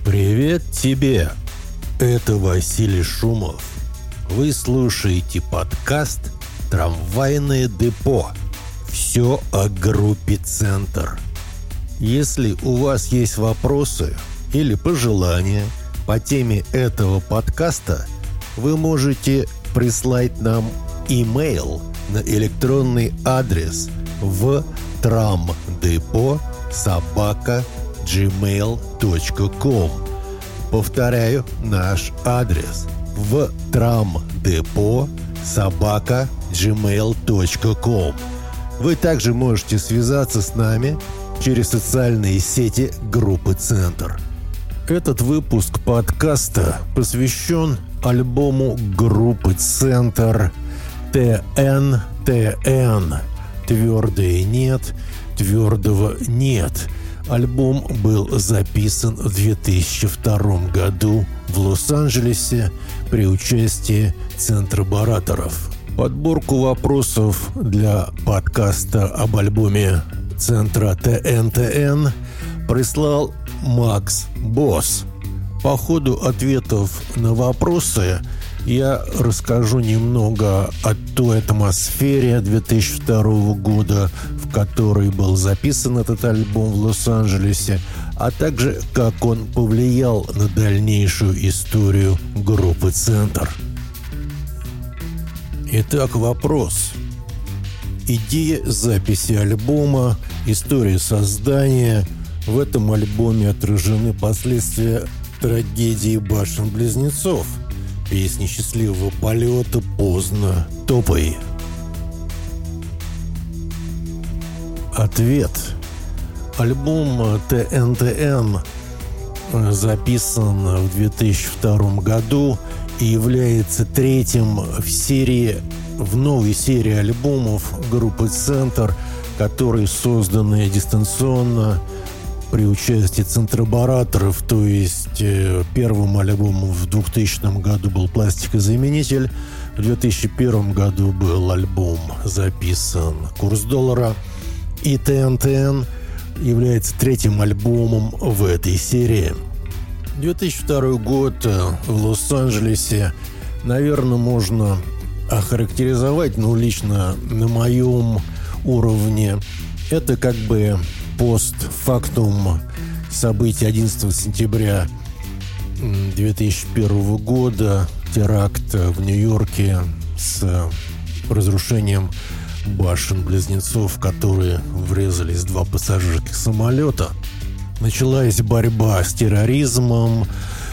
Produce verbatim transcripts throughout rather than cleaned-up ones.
Привет тебе! Это Василий Шумов. Вы слушаете подкаст «Трамвайное депо». Все о группе «Центр». Если у вас есть вопросы или пожелания по теме этого подкаста, вы можете прислать нам имейл на электронный адрес в трамдепо собака джимейл точка ком. Повторяю наш адрес в трамдепо собака джимейл точка ком. Вы также можете связаться с нами через социальные сети группы «Центр». Этот выпуск подкаста посвящен альбому группы «Центр» тэ эн тэ эн. Твердое нет, твердого нет. Альбом был записан в две тысячи втором году в Лос-Анджелесе при участии центробараторов. Подборку вопросов для подкаста об альбоме Центра тэ эн тэ эн прислал Макс Босс. По ходу ответов на вопросы я расскажу немного о той атмосфере две тысячи второго года, в которой был записан этот альбом в Лос-Анджелесе, а также как он повлиял на дальнейшую историю группы «Центр». Итак, вопрос. Идея записи альбома, история создания. В этом альбоме отражены последствия трагедии башен-близнецов. Песни счастливого полета, поздно, топай. Ответ. Альбом тэ эн тэ эн записан в две тысячи втором году и является третьим в серии, в новой серии альбомов группы «Центр», которые созданы дистанционно при участии центробараторов. То есть э, первым альбомом в двухтысячном году был «Пластикозаменитель», в две тысячи первом году был альбом записан «Курс доллара», и тэ эн тэ эн является третьим альбомом в этой серии. две тысячи второй год в Лос-Анджелесе, наверное, можно охарактеризовать, ну, лично на моем уровне, это как бы постфактум событий одиннадцатого сентября две тысячи первого года, теракт в Нью-Йорке с разрушением башен-близнецов, в которые врезались два пассажирских самолета. Началась борьба с терроризмом,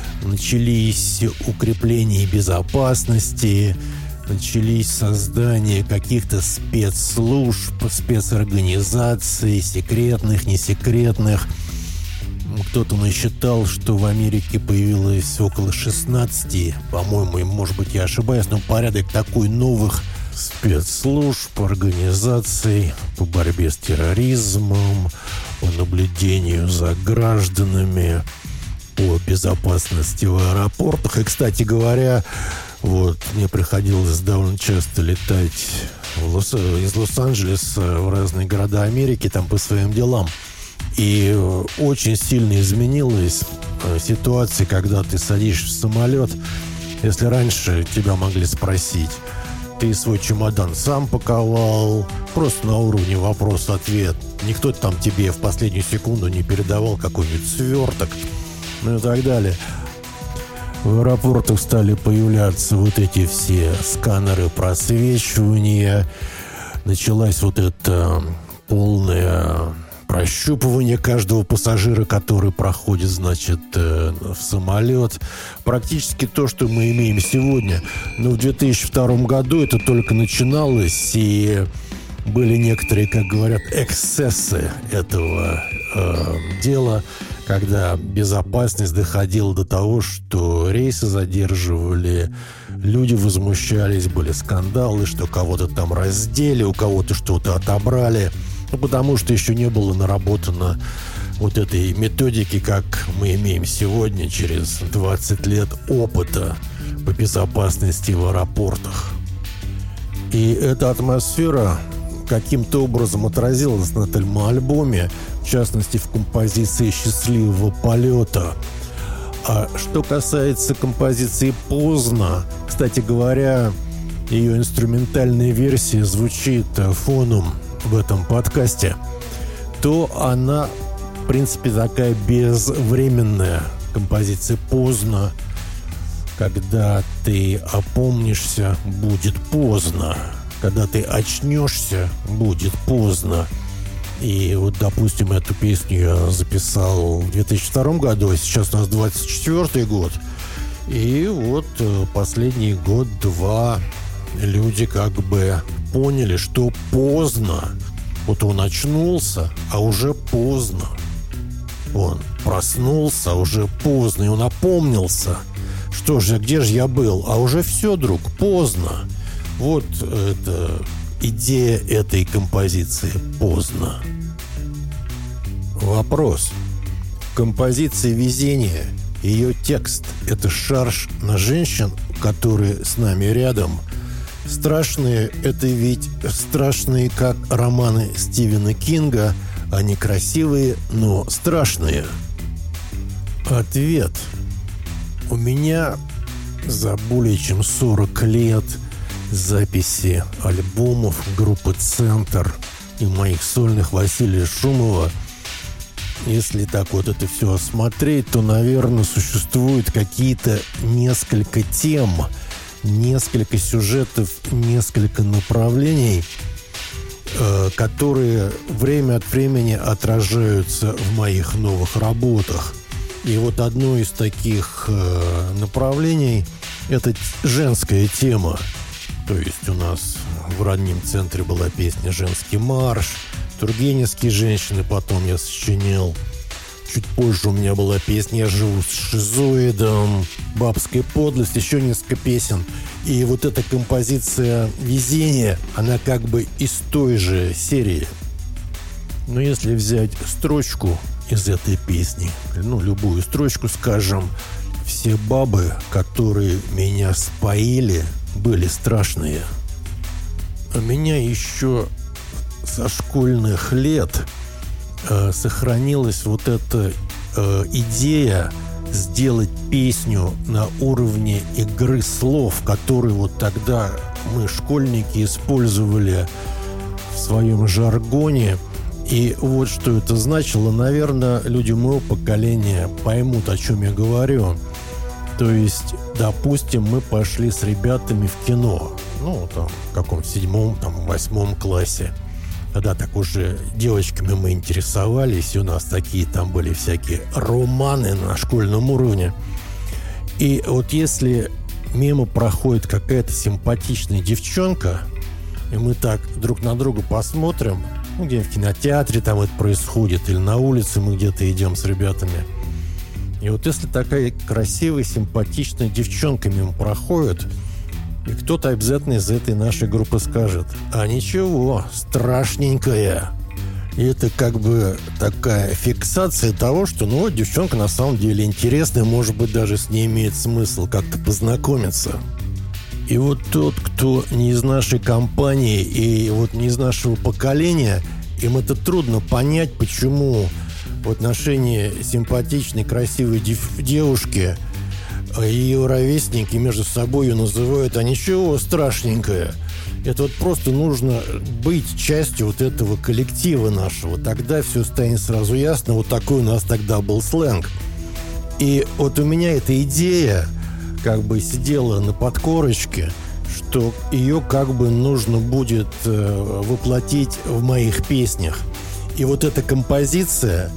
начались укрепления безопасности, начались создание каких-то спецслужб, спецорганизаций, секретных, несекретных. Кто-то насчитал, что в Америке появилось около шестнадцати, по-моему, может быть, я ошибаюсь, но порядок такой новых спецслужб, организаций по борьбе с терроризмом, по наблюдению за гражданами, по безопасности в аэропортах. И, кстати говоря, вот, мне приходилось довольно часто летать в Лос- из Лос-Анджелеса в разные города Америки, там по своим делам. И очень сильно изменилась ситуация, когда ты садишься в самолет. Если раньше тебя могли спросить, ты свой чемодан сам паковал, просто на уровне вопрос-ответ. Никто там тебе в последнюю секунду не передавал какой-нибудь сверток, ну и так далее. В аэропортах стали появляться вот эти все сканеры просвечивания. Началась вот это полное прощупывание каждого пассажира, который проходит, значит, в самолет. Практически то, что мы имеем сегодня. Но в две тысячи втором году это только начиналось, и были некоторые, как говорят, эксцессы этого э, дела, когда безопасность доходила до того, что рейсы задерживали, люди возмущались, были скандалы, что кого-то там раздели, у кого-то что-то отобрали. Ну, потому что еще не было наработано вот этой методики, как мы имеем сегодня, через двадцать лет опыта по безопасности в аэропортах. И эта атмосфера каким-то образом отразилась на этом альбоме, в частности в композиции «Счастливого полета». А что касается композиции «Поздно», кстати говоря, ее инструментальная версия звучит фоном в этом подкасте, то она, в принципе, такая безвременная композиция «Поздно». Когда ты опомнишься, будет поздно. Когда ты очнешься, будет поздно. И вот, допустим, эту песню я записал в две тысячи втором году, а сейчас у нас двадцать четвёртый год. И вот последний год-два люди как бы поняли, что поздно. Вот он очнулся, а уже поздно. Он проснулся, а уже поздно. И он опомнился. Что же, где же я был? А уже все, друг, поздно. Вот это идея этой композиции «Поздно». Вопрос. Композиция «Везение», ее текст – это шарж на женщин, которые с нами рядом. Страшные – это ведь страшные, как романы Стивена Кинга. Они красивые, но страшные. Ответ. У меня за более чем сорок лет записи альбомов группы «Центр» и моих сольных Василия Шумова, если так вот это все осмотреть, то, наверное, существует какие-то несколько тем, несколько сюжетов, несколько направлений, э, которые время от времени отражаются в моих новых работах. И вот одно из таких э, направлений – это женская тема. То есть у нас в раннем центре была песня «Женский марш», тургеневские женщины, потом я сочинял. Чуть позже у меня была песня «Я живу с шизоидом», «Бабская подлость», еще несколько песен. И вот эта композиция «Везение», она как бы из той же серии. Но если взять строчку из этой песни, ну, любую строчку, скажем, «Все бабы, которые меня споили, были страшные». У меня еще со школьных лет э, сохранилась вот эта э, идея сделать песню на уровне игры слов, которые вот тогда мы, школьники, использовали в своем жаргоне. И вот что это значило, наверное, люди моего поколения поймут, о чем я говорю. То есть, допустим, мы пошли с ребятами в кино, ну, там, в каком седьмом, там, восьмом классе. Тогда так уже девочками мы интересовались, и у нас такие там были всякие романы на школьном уровне. И вот если мимо проходит какая-то симпатичная девчонка, и мы так друг на друга посмотрим, ну, где в кинотеатре там это происходит, или на улице мы где-то идем с ребятами. И вот если такая красивая, симпатичная девчонка мимо проходит, и кто-то обязательно из этой нашей группы скажет: а ничего, страшненькая. И это как бы такая фиксация того, что, ну, вот девчонка на самом деле интересная, может быть, даже с ней имеет смысл как-то познакомиться. И вот тот, кто не из нашей компании и вот не из нашего поколения, им это трудно понять, почему в отношении симпатичной, красивой дев- девушки ее ровесники между собой ее называют: а ничего, страшненькая. Это вот просто нужно быть частью вот этого коллектива нашего. Тогда все станет сразу ясно. Вот такой у нас тогда был сленг. И вот у меня эта идея как бы сидела на подкорочке, что ее как бы нужно будет э, воплотить в моих песнях. И вот эта композиция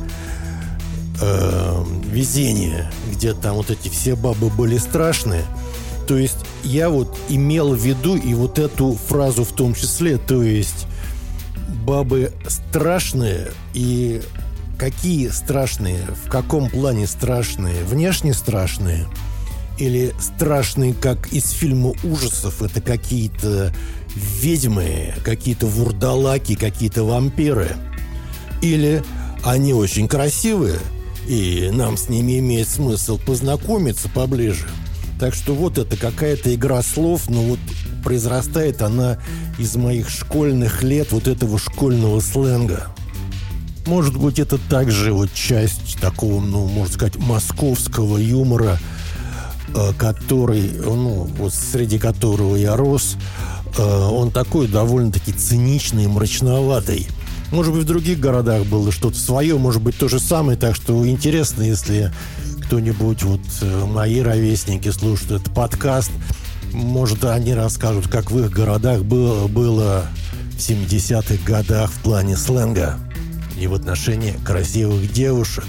э, «Везение», где там вот эти все бабы были страшные, то есть я вот имел в виду и вот эту фразу в том числе, то есть бабы страшные, и какие страшные, в каком плане страшные, внешне страшные, или страшные, как из фильма ужасов, это какие-то ведьмы, какие-то вурдалаки, какие-то вампиры, или они очень красивые, и нам с ними имеет смысл познакомиться поближе. Так что вот это какая-то игра слов, но вот произрастает она из моих школьных лет, вот этого школьного сленга. Может быть, это также вот часть такого, ну, можно сказать, московского юмора, который, ну, вот среди которого я рос. Он такой довольно-таки циничный и мрачноватый. Может быть, в других городах было что-то свое, может быть, то же самое. Так что интересно, если кто-нибудь, вот мои ровесники, слушают этот подкаст, может, они расскажут, как в их городах было, было в семидесятых годах в плане сленга и в отношении красивых девушек.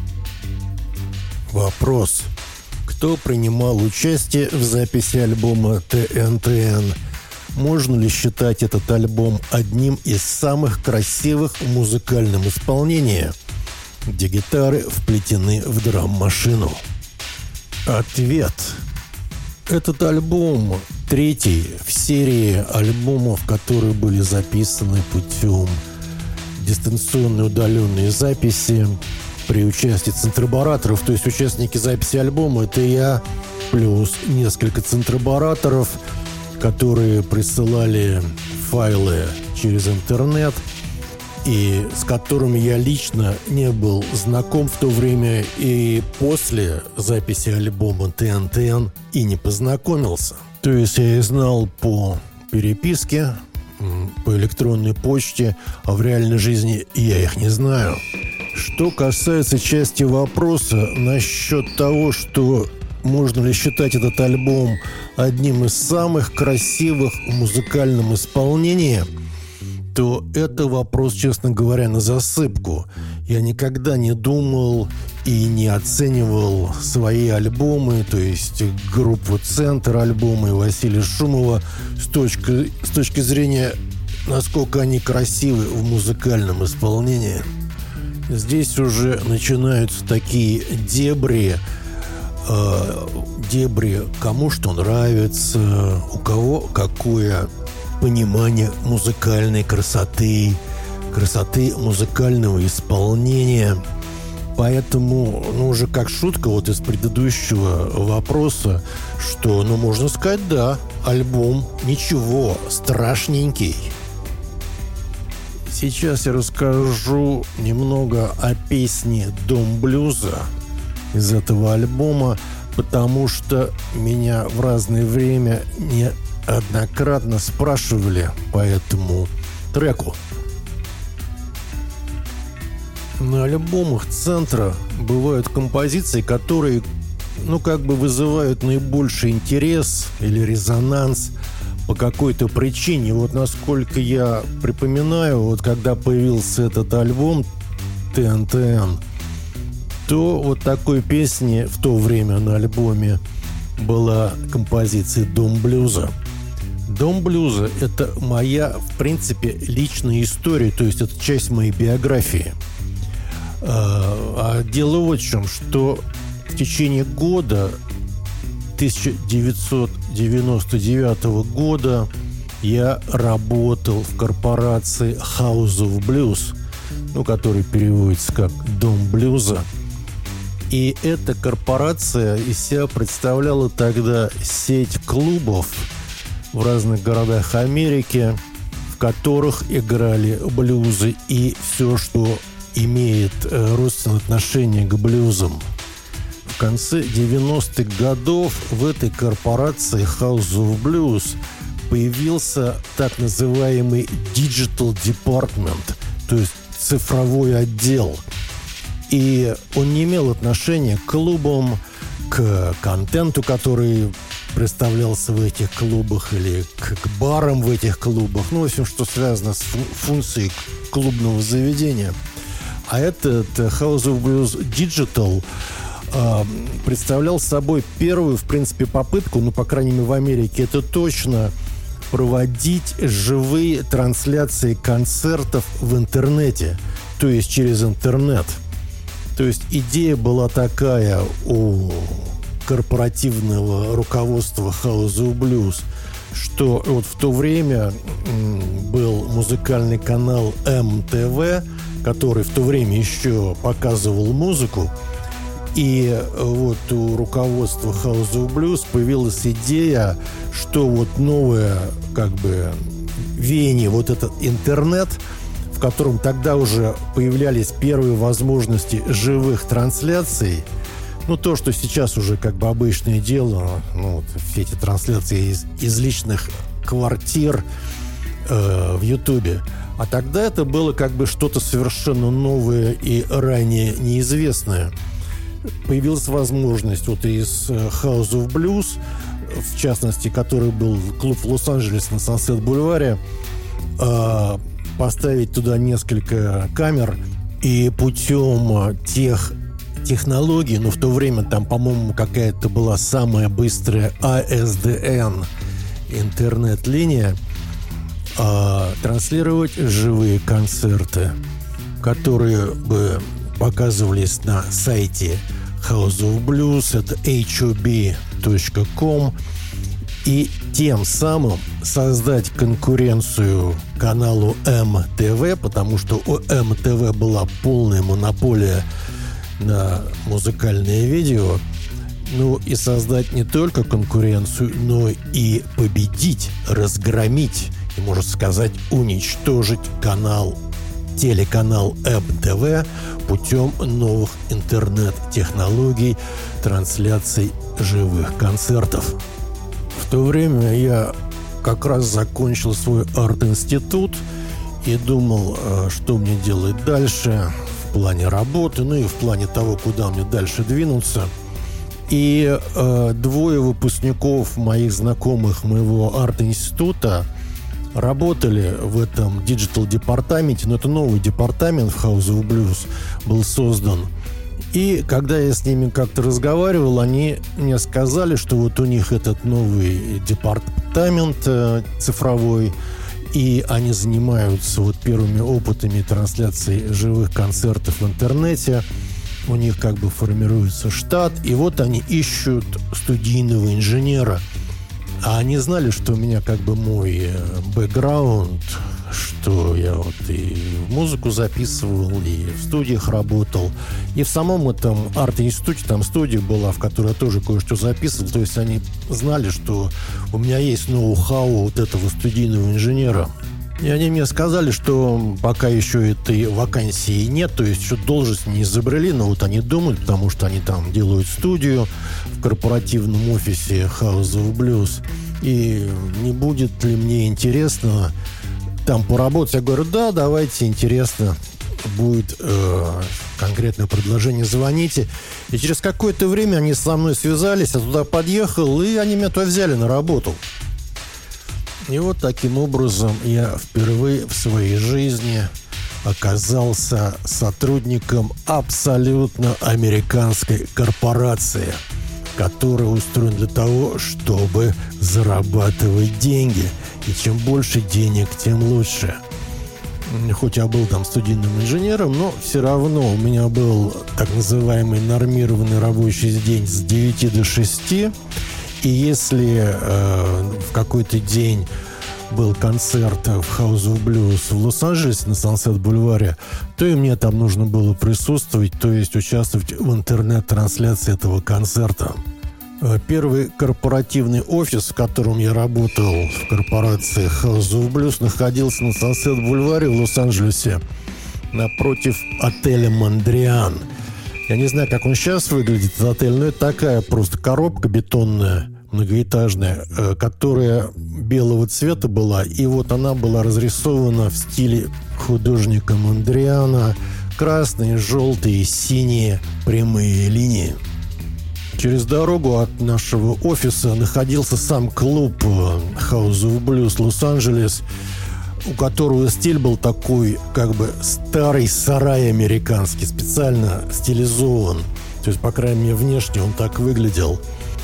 Вопрос. Кто принимал участие в записи альбома Тэ Эн Тэ Эн? Можно ли считать этот альбом одним из самых красивых в музыкальном исполнении, где гитары вплетены в драм-машину? Ответ. Этот альбом третий в серии альбомов, которые были записаны путем дистанционной удаленной записи при участии центробараторов. То есть участники записи альбома — это я плюс несколько центробараторов, которые присылали файлы через интернет и с которыми я лично не был знаком в то время и после записи альбома Тэ Эн Тэ Эн и не познакомился. То есть я их знал по переписке, по электронной почте, а в реальной жизни я их не знаю. Что касается части вопроса насчет того, что можно ли считать этот альбом одним из самых красивых в музыкальном исполнении, то это вопрос, честно говоря, на засыпку. Я никогда не думал и не оценивал свои альбомы, то есть группу «Центр», альбомы Василия Шумова с точки, с точки зрения, насколько они красивы в музыкальном исполнении. Здесь уже начинаются такие дебри, э, дебри, кому что нравится, у кого какое понимание музыкальной красоты, красоты музыкального исполнения. Поэтому, ну, уже как шутка вот из предыдущего вопроса, что, ну, можно сказать, да, альбом ничего, страшненький. Сейчас я расскажу немного о песне «Дом блюза» из этого альбома, потому что меня в разное время неоднократно спрашивали по этому треку. На альбомах «Центра» бывают композиции, которые, ну, как бы вызывают наибольший интерес или резонанс по какой-то причине. Вот насколько я припоминаю, вот когда появился этот альбом Тэ Эн Тэ Эн, то вот такой песни в то время на альбоме была композиция «Дом блюза». «Дом блюза» — это моя, в принципе, личная история, то есть это часть моей биографии. А дело вот в чем, что в течение года тысяча девятьсот девяносто девятого года я работал в корпорации House of Blues, ну, который переводится как «Дом блюза». И эта корпорация из себя представляла тогда сеть клубов в разных городах Америки, в которых играли блюзы и все, что имеет родственное отношение к блюзам. В конце девяностых годов в этой корпорации House of Blues появился так называемый Digital Department, то есть цифровой отдел. И он не имел отношения к клубам, к контенту, который представлялся в этих клубах, или к, к барам в этих клубах, ну, в общем, что связано с фу- функцией клубного заведения. А этот House of Blues Digital э, представлял собой первую, в принципе, попытку, ну, по крайней мере, в Америке это точно, проводить живые трансляции концертов в интернете, то есть через интернет. То есть идея была такая у корпоративного руководства House of Blues, что вот в то время был музыкальный канал эм тэ вэ, который в то время еще показывал музыку, и вот у руководства House of Blues появилась идея, что вот новое, как бы, веяние, вот этот интернет, в котором тогда уже появлялись первые возможности живых трансляций. Ну, то, что сейчас уже как бы обычное дело, ну, вот, все эти трансляции из, из личных квартир э, в Ютубе. А тогда это было как бы что-то совершенно новое и ранее неизвестное. Появилась возможность вот из House of Blues, в частности, который был клуб в Лос-Анджелесе на Сансет-бульваре, э, поставить туда несколько камер и путем тех технологий, ну, в то время там, по-моему, какая-то была самая быстрая эй эс ди эн интернет-линия, э, транслировать живые концерты, которые бы показывались на сайте House of Blues, это эйч о би точка ком, и тем самым создать конкуренцию каналу эм тэ вэ, потому что у эм тэ вэ была полная монополия на музыкальное видео, ну и создать не только конкуренцию, но и победить, разгромить и, можно сказать, уничтожить канал, телеканал эм тэ вэ путем новых интернет-технологий трансляций живых концертов. В то время я как раз закончил свой арт-институт и думал, что мне делать дальше в плане работы, ну и в плане того, куда мне дальше двинуться. И э, двое выпускников моих знакомых моего арт-института работали в этом диджитал-департаменте, но это новый департамент в House of Blues был создан. И когда я с ними как-то разговаривал, они мне сказали, что вот у них этот новый департамент э, цифровой, и они занимаются вот первыми опытами трансляции живых концертов в интернете. У них как бы формируется штат, и вот они ищут студийного инженера. А они знали, что у меня как бы мой бэкграунд, что я вот и музыку записывал, и в студиях работал. И в самом этом арт-институте там студия была, в которой я тоже кое-что записывал. То есть они знали, что у меня есть ноу-хау вот этого студийного инженера. И они мне сказали, что пока еще этой вакансии нет, то есть еще должность не изобрели, но вот они думают, потому что они там делают студию в корпоративном офисе House of Blues. И не будет ли мне интересно там поработать? Я говорю, да, давайте, интересно. Будет э, конкретное предложение, звоните. И через какое-то время они со мной связались, я туда подъехал, и они меня туда взяли на работу. И вот таким образом я впервые в своей жизни оказался сотрудником абсолютно американской корпорации, которая устроена для того, чтобы зарабатывать деньги. И чем больше денег, тем лучше. Хоть я был там студийным инженером, но все равно у меня был так называемый нормированный рабочий день с девяти до шести. И если э, в какой-то день был концерт в House of Blues в Лос-Анджелесе на Сансет-бульваре, то и мне там нужно было присутствовать, то есть участвовать в интернет-трансляции этого концерта. Первый корпоративный офис, в котором я работал в корпорации House of Blues, находился на Сансет-бульваре в Лос-Анджелесе напротив отеля «Мондриан». Я не знаю, как он сейчас выглядит, этот отель, но это такая просто коробка бетонная, многоэтажная, которая белого цвета была, и вот она была разрисована в стиле художника Мондриана. Красные, желтые, синие прямые линии. Через дорогу от нашего офиса находился сам клуб House of Blues Лос-Анджелес, у которого стиль был такой, как бы старый сарай американский, специально стилизован. То есть, по крайней мере, внешне он так выглядел.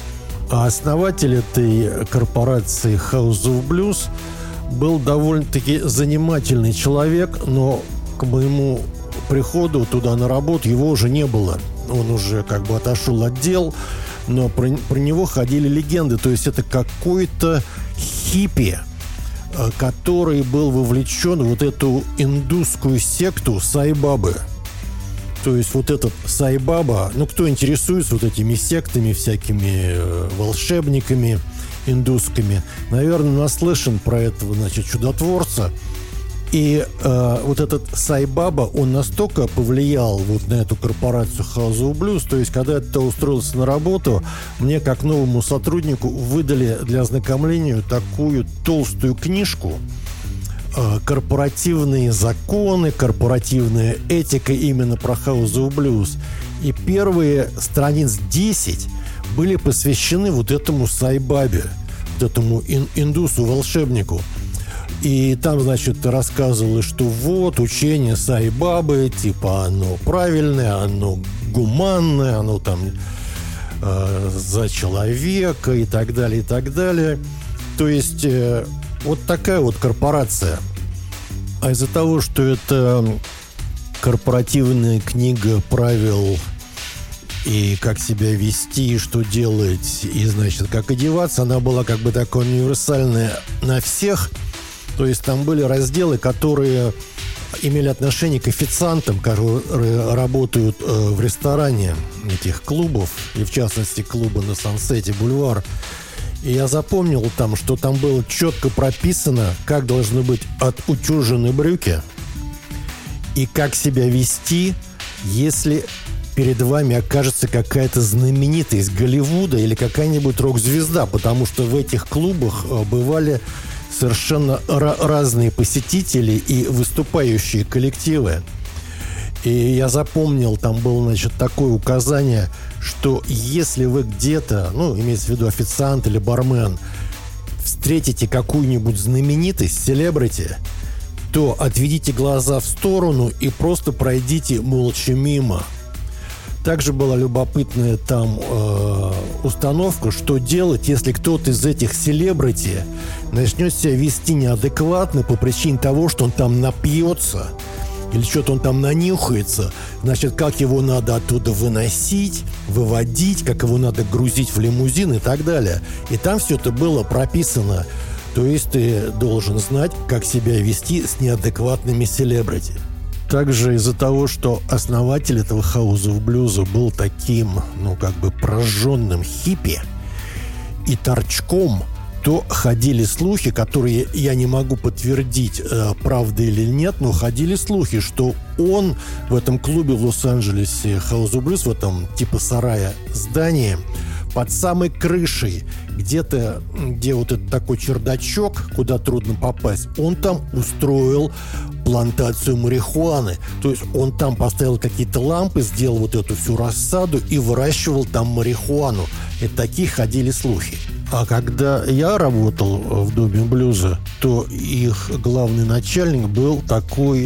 А основатель этой корпорации House of Blues был довольно-таки занимательный человек, но к моему приходу туда на работу его уже не было. Он уже как бы отошел от дел, но про, про него ходили легенды. То есть это какой-то хиппи, который был вовлечен в вот эту индусскую секту Сай-Бабы. То есть вот этот Сай-Баба, ну, кто интересуется вот этими сектами, всякими волшебниками индусскими, наверное, наслышан про этого, значит, чудотворца. И э, вот этот Сайбаба, он настолько повлиял вот на эту корпорацию House of Blues, то есть когда я устроился на работу, мне как новому сотруднику выдали для ознакомления такую толстую книжку э, «Корпоративные законы, корпоративная этика» именно про House of Blues. И первые страниц десять были посвящены вот этому Сайбабе, вот этому ин- индусу-волшебнику. И там, значит, рассказывалось, что вот учение Сайбабы, типа оно правильное, оно гуманное, оно там э, за человека и так далее, и так далее. То есть э, вот такая вот корпорация. А из-за того, что это корпоративная книга правил и как себя вести, что делать, и, значит, как одеваться, она была как бы такая универсальная на всех. То есть там были разделы, которые имели отношение к официантам, которые работают э, в ресторане этих клубов, и в частности клуба на Сансете Бульвар. И я запомнил там, что там было четко прописано, как должны быть отутюжены брюки и как себя вести, если перед вами окажется какая-то знаменитость Голливуда или какая-нибудь рок-звезда, потому что в этих клубах э, бывали совершенно ра- разные посетители и выступающие коллективы. И я запомнил, там было, значит, такое указание, что если вы где-то, ну, имеется в виду официант или бармен, встретите какую-нибудь знаменитость, селебрити, то отведите глаза в сторону и просто пройдите молча мимо. Также была любопытная там э, установка, что делать, если кто-то из этих селебрити начнет себя вести неадекватно по причине того, что он там напьется или что-то он там нанюхается. Значит, как его надо оттуда выносить, выводить, как его надо грузить в лимузин и так далее. И там все это было прописано. То есть ты должен знать, как себя вести с неадекватными селебрити. Также из-за того, что основатель этого House of Blues был таким, ну, как бы прожженным хиппи и торчком, то ходили слухи, которые я не могу подтвердить, э, правда или нет, но ходили слухи, что он в этом клубе в Лос-Анджелесе House of Blues, в этом типа сарая здании, под самой крышей, где-то, где вот этот такой чердачок, куда трудно попасть, он там устроил плантацию марихуаны. То есть он там поставил какие-то лампы, сделал вот эту всю рассаду и выращивал там марихуану. И такие ходили слухи. А когда я работал в Доме блюза, то их главный начальник был такой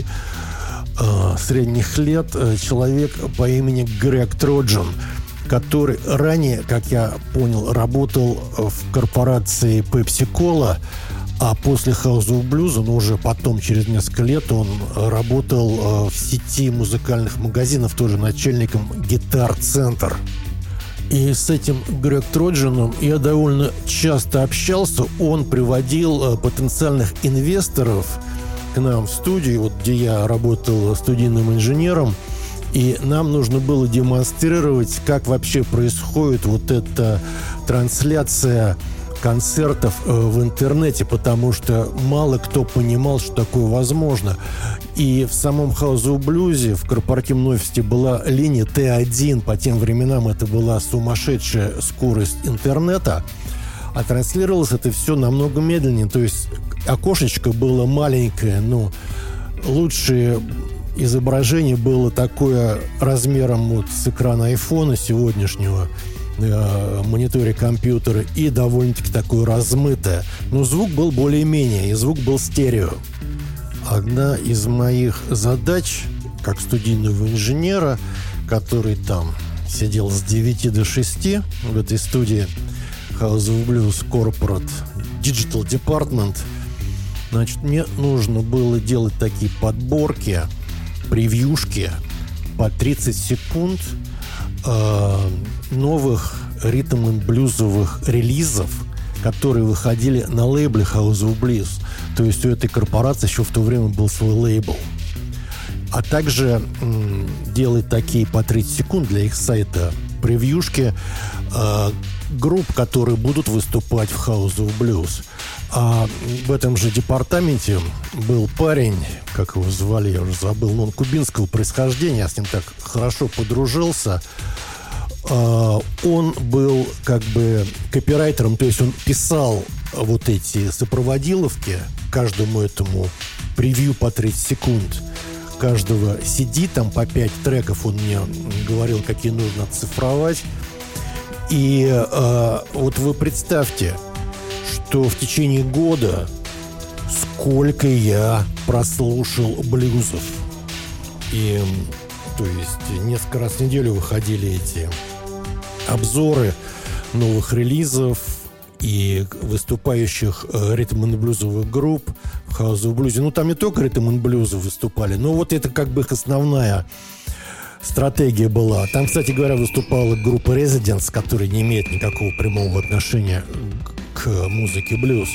э, средних лет э, человек по имени Грег Троджан, который ранее, как я понял, работал в корпорации Pepsi-Cola, а после House of Blues, ну, уже потом, через несколько лет, он работал в сети музыкальных магазинов, тоже начальником Guitar-Center. И с этим Грег Троджаном я довольно часто общался. Он приводил потенциальных инвесторов к нам в студию, вот где я работал студийным инженером. И нам нужно было демонстрировать, как вообще происходит вот эта трансляция концертов в интернете, потому что мало кто понимал, что такое возможно. И в самом House of Blues в корпоративном офисе была линия Т один. По тем временам это была сумасшедшая скорость интернета. А транслировалось это все намного медленнее. То есть окошечко было маленькое, но лучшие изображение было такое размером вот с экрана айфона сегодняшнего, э, мониторе компьютера, и довольно-таки такое размытое. Но звук был более-менее, и звук был стерео. Одна из моих задач, как студийного инженера, который там сидел с девяти до шести в этой студии House of Blues Corporate Digital Department, значит, мне нужно было делать такие подборки, превьюшки по тридцать секунд э, новых ритм-н-блюзовых релизов, которые выходили на лейбле House of Blues. То есть у этой корпорации еще в то время был свой лейбл. А также м, делать такие по тридцать секунд для их сайта превьюшки э, групп, которые будут выступать в House of Blues. А в этом же департаменте был парень, как его звали, я уже забыл, но он кубинского происхождения, я с ним так хорошо подружился. А, он был как бы копирайтером, то есть он писал вот эти сопроводиловки каждому этому превью по тридцать секунд. Каждого си ди, там по пять треков он мне говорил, какие нужно оцифровать. И э, вот вы представьте, что в течение года сколько я прослушал блюзов. И, то есть, несколько раз в неделю выходили эти обзоры новых релизов и выступающих ритм-н-блюзовых групп в House of Blues. Ну, там не только ритм-н-блюзы выступали, но вот это как бы их основная стратегия была. Там, кстати говоря, выступала группа Residents, которая не имеет никакого прямого отношения к музыке блюз.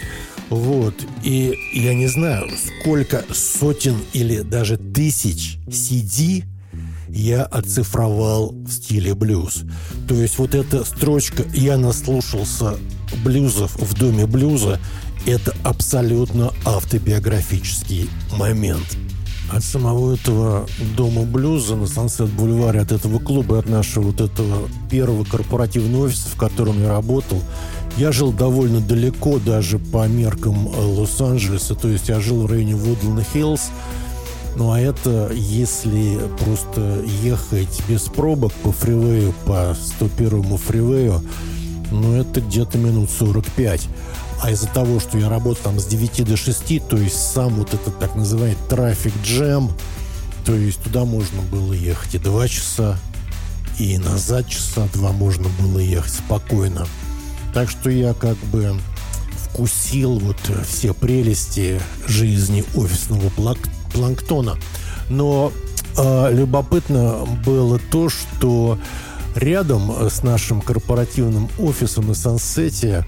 Вот. И я не знаю, сколько сотен или даже тысяч си ди я оцифровал в стиле блюз. То есть вот эта строчка «Я наслушался блюзов в доме блюза» — это абсолютно автобиографический момент. От самого этого дома блюза на Сансет-бульваре, от этого клуба, от нашего вот этого первого корпоративного офиса, в котором я работал, я жил довольно далеко даже по меркам Лос-Анджелеса. То есть я жил в районе Вудланд-Хиллз. Ну, а это, если просто ехать без пробок по фривею, по сто первому фривею, ну, это где-то минут сорок пять. А из-за того, что я работал там с девяти до шести, то есть сам вот этот так называемый трафик-джем, то есть туда можно было ехать и два часа, и назад часа два можно было ехать спокойно. Так что я как бы вкусил вот все прелести жизни офисного планктона. планктона. Но э, любопытно было то, что рядом с нашим корпоративным офисом на Сансете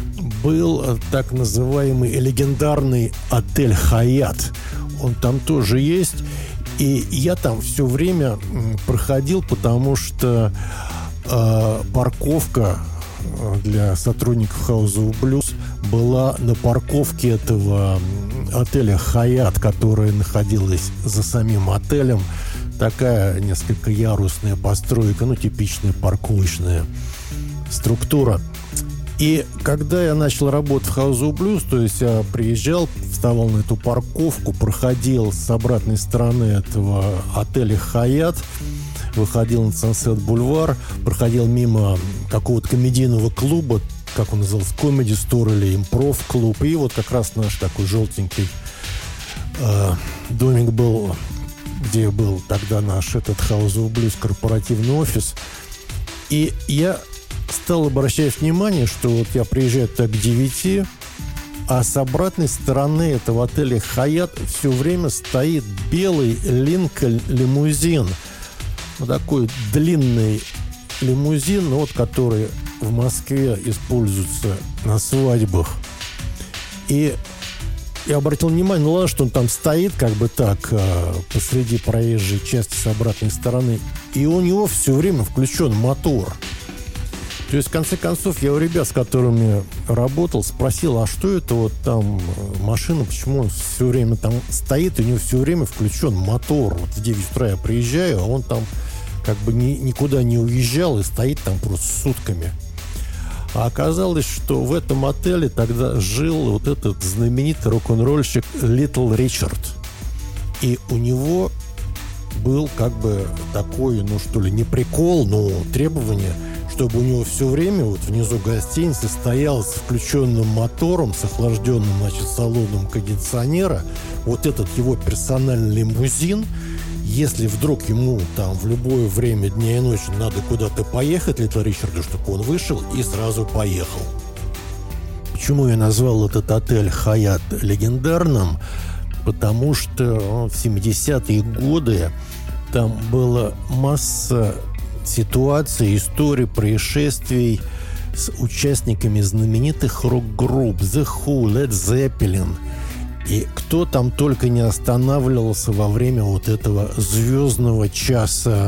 был так называемый легендарный отель «Хаят». Он там тоже есть. И я там все время проходил, потому что э, парковка для сотрудников House of Blues была на парковке этого отеля «Хаят», которая находилась за самим отелем. Такая несколько ярусная постройка, ну, типичная парковочная структура. И когда я начал работать в House of Blues, то есть я приезжал, вставал на эту парковку, проходил с обратной стороны этого отеля «Хаят», выходил на Сансет-бульвар, проходил мимо какого-то комедийного клуба, как он назывался, Comedy Store или Импров-клуб, и вот как раз наш такой желтенький э, домик был, где был тогда наш этот House of Blues корпоративный офис. И я стал обращать внимание, что вот я приезжаю так к девяти, а с обратной стороны этого отеля «Хаят» все время стоит белый Линкольн лимузин. Вот такой длинный лимузин, вот, который в Москве используется на свадьбах. И я обратил внимание, ну ладно, что он там стоит как бы так посреди проезжей части с обратной стороны, и у него все время включен мотор. То есть, в конце концов, я у ребят, с которыми работал, спросил, а что это вот там машина, почему он все время там стоит, и у него все время включен мотор. Вот в девять утра я приезжаю, а он там как бы ни, никуда не уезжал и стоит там просто сутками. А оказалось, что в этом отеле тогда жил вот этот знаменитый рок-н-ролльщик Литл Ричард. И у него был как бы такой, ну что ли, не прикол, но требование, чтобы у него все время вот внизу гостиницы стоял с включенным мотором, с охлажденным, значит, салоном кондиционера вот этот его персональный лимузин. Если вдруг ему там в любое время дня и ночи надо куда-то поехать, Литл Ричарду, чтобы он вышел и сразу поехал. Почему я назвал этот отель «Хаят» легендарным? Потому что в семидесятые годы там была масса ситуаций, историй, происшествий с участниками знаменитых рок-групп The Who, Led Zeppelin. И кто там только не останавливался во время вот этого звездного часа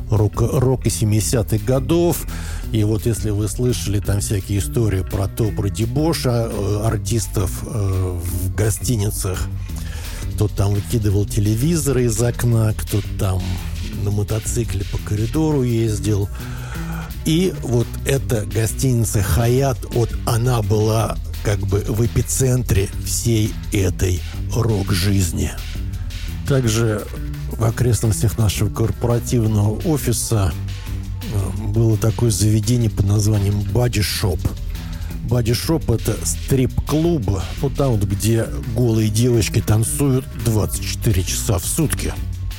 рока, рока семидесятых годов. И вот если вы слышали там всякие истории про то, про дебоша э, артистов э, в гостиницах, кто там выкидывал телевизоры из окна, кто там на мотоцикле по коридору ездил. И вот эта гостиница «Хаят», вот она была как бы в эпицентре всей этой рок-жизни. Также в окрестностях нашего корпоративного офиса было такое заведение под названием «Body Shop». «Body Shop» — это стрип-клуб, ну, там вот, где голые девочки танцуют двадцать четыре часа в сутки.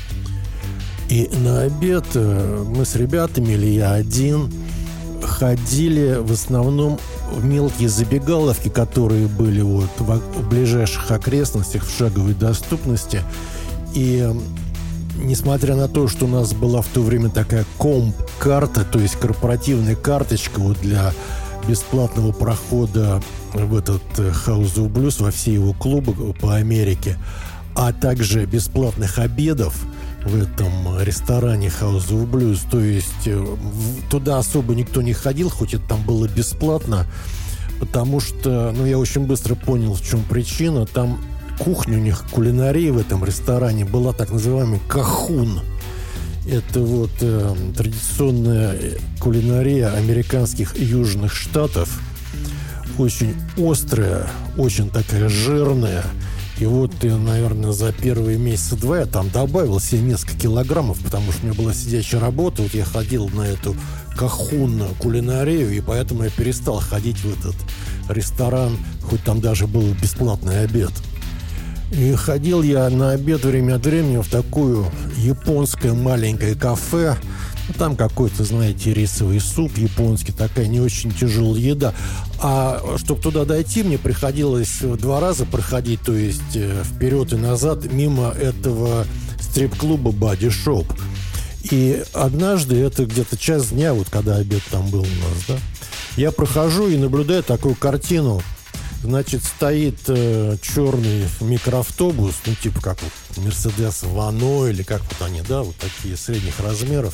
И на обед мы с ребятами, или я один, ходили в основном в мелкие забегаловки, которые были вот в ближайших окрестностях, в шаговой доступности. И несмотря на то, что у нас была в то время такая комп-карта, то есть корпоративная карточка вот для бесплатного прохода в этот House of Blues, во все его клубы по Америке, а также бесплатных обедов в этом ресторане House of Blues, то есть туда особо никто не ходил, хоть это там было бесплатно, потому что, ну, я очень быстро понял, в чем причина. Там кухня у них, кулинария в этом ресторане была так называемый кахун. Это вот э, традиционная кулинария американских южных штатов, очень острая, очень такая жирная. И вот, наверное, за первые месяца два я там добавил себе несколько килограммов, потому что у меня была сидячая работа. Вот я ходил на эту кахунную кулинарию, и поэтому я перестал ходить в этот ресторан, хоть там даже был бесплатный обед. И ходил я на обед время от времени в такую японское маленькое кафе. Там какой-то, знаете, рисовый суп японский, такая не очень тяжелая еда. А чтобы туда дойти, мне приходилось два раза проходить, то есть вперед и назад, мимо этого стрип-клуба Body Shop. И однажды, это где-то час дня, вот когда обед там был у нас, да, я прохожу и наблюдаю такую картину. Значит, стоит э, черный микроавтобус, ну, типа как вот Мерседес Вано, или как вот они, да, вот такие средних размеров.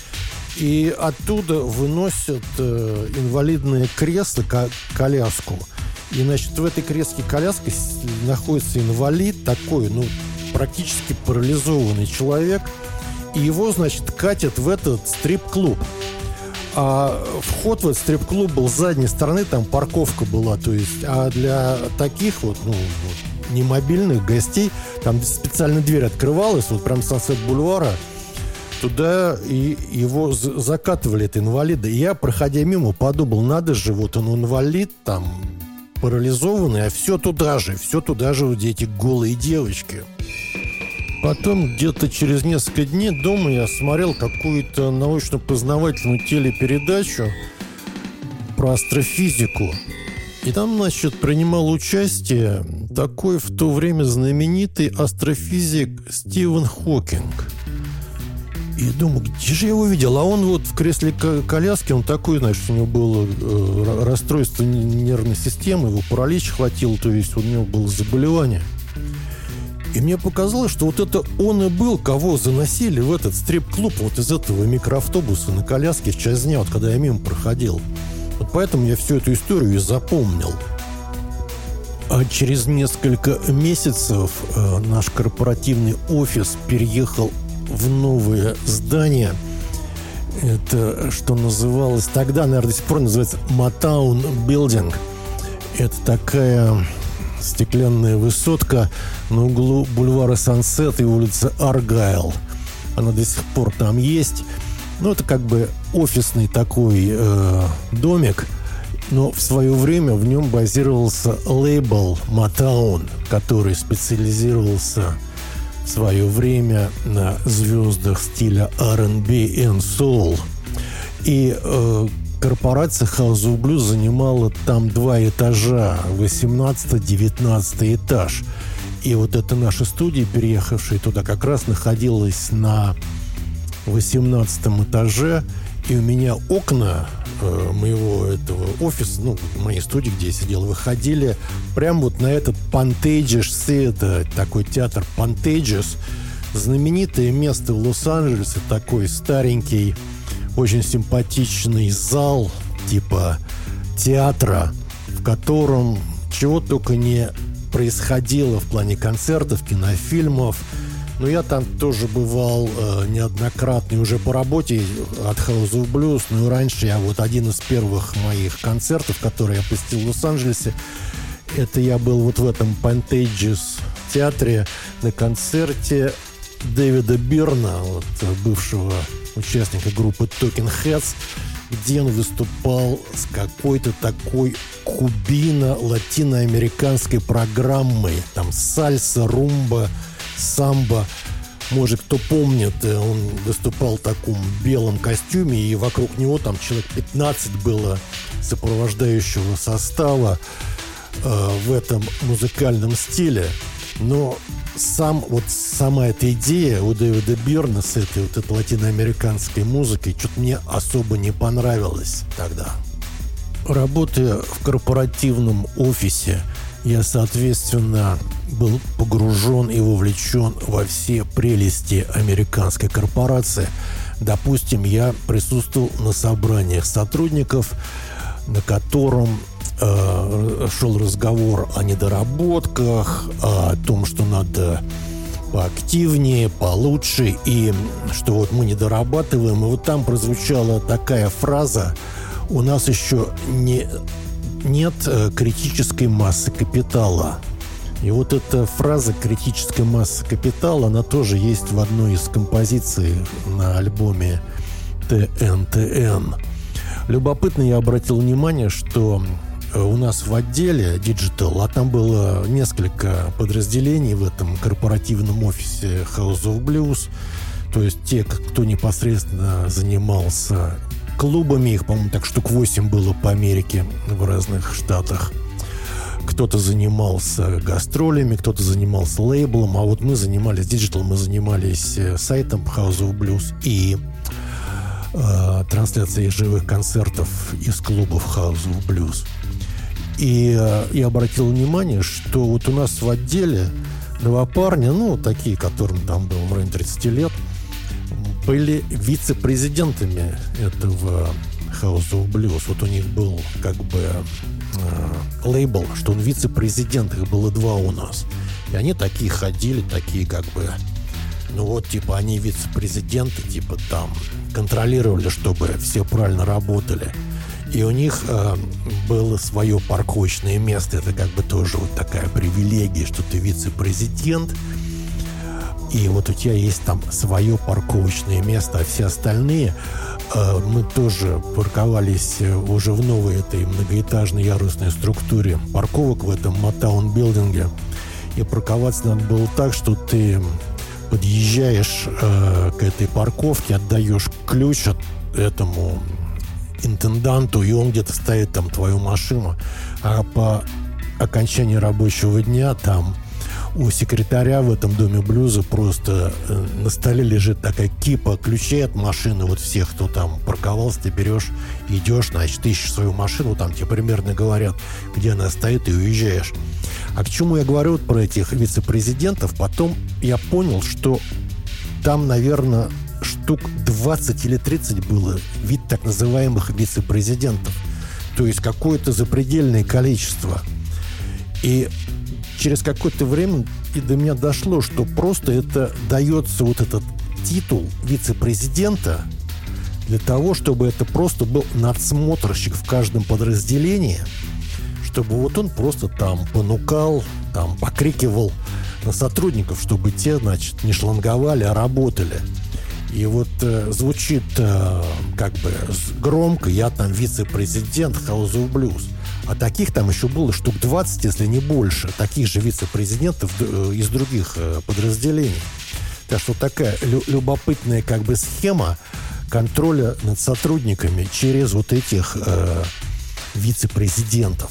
И оттуда выносят э, инвалидное кресло, ко- коляску. И, значит, в этой кресле-коляске находится инвалид такой, ну, практически парализованный человек. И его, значит, катят в этот стрип-клуб. А вход в этот стрип-клуб был с задней стороны, там парковка была, то есть, а для таких вот, ну, вот, немобильных гостей, там специально дверь открывалась, вот прям с Сансет-бульвара, туда и его закатывали, это инвалида. И я, проходя мимо, подумал, надо же, вот он инвалид, там, парализованный, а все туда же, все туда же вот эти голые девочки. Потом где-то через несколько дней дома я смотрел какую-то научно-познавательную телепередачу про астрофизику. И там, значит, принимал участие такой в то время знаменитый астрофизик Стивен Хокинг. И думаю, где же я его видел? А он вот в кресле коляски, он такой, значит, у него было э, расстройство нервной системы, его паралич хватил, то есть у него было заболевание. И мне показалось, что вот это он и был, кого заносили в этот стрип-клуб вот из этого микроавтобуса на коляске в час дня, вот когда я мимо проходил. Вот поэтому я всю эту историю и запомнил. А через несколько месяцев э, наш корпоративный офис переехал в новое здание. Это, что называлось тогда, наверное, до сих пор называется Motown Building. Это такая стеклянная высотка на углу бульвара Сансет и улицы Аргайл. Она до сих пор там есть. Ну, это как бы офисный такой э, домик, но в свое время в нем базировался лейбл Motown, который специализировался в свое время на звездах стиля ар энд би и Soul. И э, корпорация House of Blues занимала там два этажа, восемнадцатый-девятнадцатый этаж. И вот эта наша студия, переехавшая туда, как раз находилась на восемнадцатом этаже. И у меня окна э, моего этого офиса, ну, моей студии, где я сидел, выходили прямо вот на этот Pantages Theater, такой театр Pantages, знаменитое место в Лос-Анджелесе, такой старенький, очень симпатичный зал типа театра, в котором чего только не происходило в плане концертов, кинофильмов. Но я там тоже бывал э, неоднократно, и уже по работе от House of Blues. Ну и раньше я вот один из первых моих концертов, которые я посетил в Лос-Анджелесе, это я был вот в этом Pantages театре на концерте Дэвида Бирна, вот, бывшего участника группы Talking Heads, где он выступал с какой-то такой кубино-латиноамериканской программой. Там сальса, румба, самбо. Может, кто помнит, он выступал в таком белом костюме, и вокруг него там человек пятнадцать было сопровождающего состава э, в этом музыкальном стиле. Но сам, вот сама эта идея у Дэвида Бирна с этой вот этой латиноамериканской музыкой что-то мне особо не понравилось тогда. Работая в корпоративном офисе, я, соответственно, был погружен и вовлечен во все прелести американской корпорации. Допустим, я присутствовал на собраниях сотрудников, на котором э, шел разговор о недоработках, о том, что надо поактивнее, получше, и что вот мы не дорабатываем. И вот там прозвучала такая фраза: у нас еще не... нет э, критической массы капитала. И вот эта фраза «критическая масса капитала», она тоже есть в одной из композиций на альбоме Тэ Эн Тэ Эн. Любопытно, я обратил внимание, что у нас в отделе Digital, а там было несколько подразделений в этом корпоративном офисе House of Blues, то есть те, кто непосредственно занимался клубами, их, по-моему, так штук восемь было по Америке в разных штатах. Кто-то занимался гастролями, кто-то занимался лейблом, а вот мы занимались Digital, мы занимались сайтом House of Blues и э, трансляцией живых концертов из клубов House of Blues. И э, я обратил внимание, что вот у нас в отделе два парня, ну, такие, которым там было в районе тридцати лет, были вице-президентами этого House of Blues. Вот у них был как бы э, лейбл, что он вице-президент, их было два у нас. И они такие ходили, такие как бы, ну вот, типа, они вице-президенты, типа, там, контролировали, чтобы все правильно работали. И у них э, было свое парковочное место. Это как бы тоже вот такая привилегия, что ты вице-президент. И вот у тебя есть там свое парковочное место, а все остальные э, мы тоже парковались уже в новой этой многоэтажной ярусной структуре парковок в этом Мотаун-билдинге. И парковаться надо было так, что ты подъезжаешь э, к этой парковке, отдаешь ключ от этому интенданту, и он где-то ставит там твою машину. А по окончании рабочего дня там у секретаря в этом доме блюза просто э, на столе лежит такая кипа ключей от машины. Вот всех, кто там парковался, ты берешь, идешь, значит, ищешь свою машину, там тебе примерно говорят, где она стоит, и уезжаешь. А к чему я говорю вот про этих вице-президентов? Потом я понял, что там, наверное, штук двадцать или тридцать было вид так называемых вице-президентов. То есть какое-то запредельное количество. И через какое-то время и до меня дошло, что просто это дается вот этот титул вице-президента для того, чтобы это просто был надсмотрщик в каждом подразделении, чтобы вот он просто там понукал, там покрикивал на сотрудников, чтобы те, значит, не шланговали, а работали. И вот э, звучит э, как бы громко: я там вице-президент House of Blues. А таких там еще было штук двадцать, если не больше, таких же вице-президентов э, из других э, подразделений. Так что такая лю- любопытная как бы схема контроля над сотрудниками через вот этих э, вице-президентов.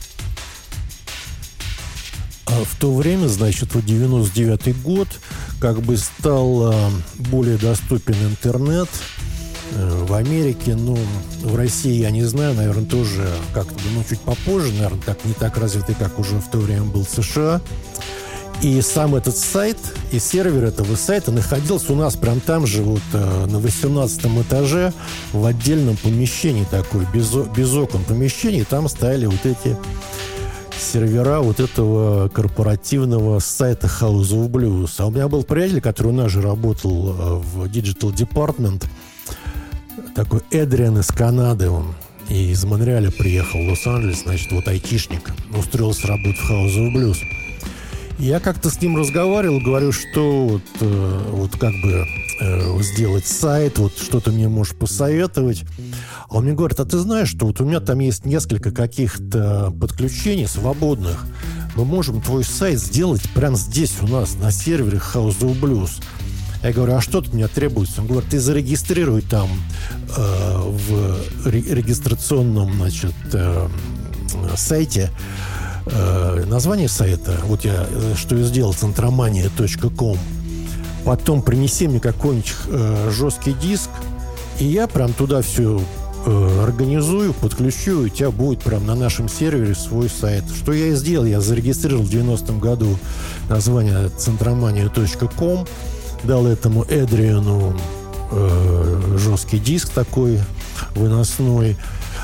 А в то время, значит, вот девяносто девятый год, как бы стал э, более доступен интернет э, в Америке. Ну, в России, я не знаю, наверное, тоже как-то, ну, чуть попозже, наверное, так, не так развитый, как уже в то время был США. И сам этот сайт, и сервер этого сайта находился у нас прям там же, вот на восемнадцатом этаже, в отдельном помещении такой, без, без окон помещении. Там стояли вот эти сервера вот этого корпоративного сайта House of Blues. А у меня был приятель, который у нас же работал в Digital Department, такой Эдриан из Канады он. И из Монреаля приехал в Лос-Анджелес, значит, вот айтишник, устроился работать в House of Blues. Я как-то с ним разговаривал, говорю, что вот, э, вот как бы э, сделать сайт, вот что ты мне можешь посоветовать. А он мне говорит, а ты знаешь, что вот у меня там есть несколько каких-то подключений свободных. Мы можем твой сайт сделать прямо здесь у нас, на сервере House of Blues. Я говорю, а что от меня требуется? Он говорит, ты зарегистрируй там э, в регистрационном, значит, э, сайте э, название сайта. Вот я, что я сделал, центромания точка ком. Потом принеси мне какой-нибудь э, жесткий диск, и я прям туда все э, организую, подключу, и у тебя будет прям на нашем сервере свой сайт. Что я и сделал. Я зарегистрировал в девяностом году название центромания точка ком. Дал этому Эдриану э, жесткий диск такой выносной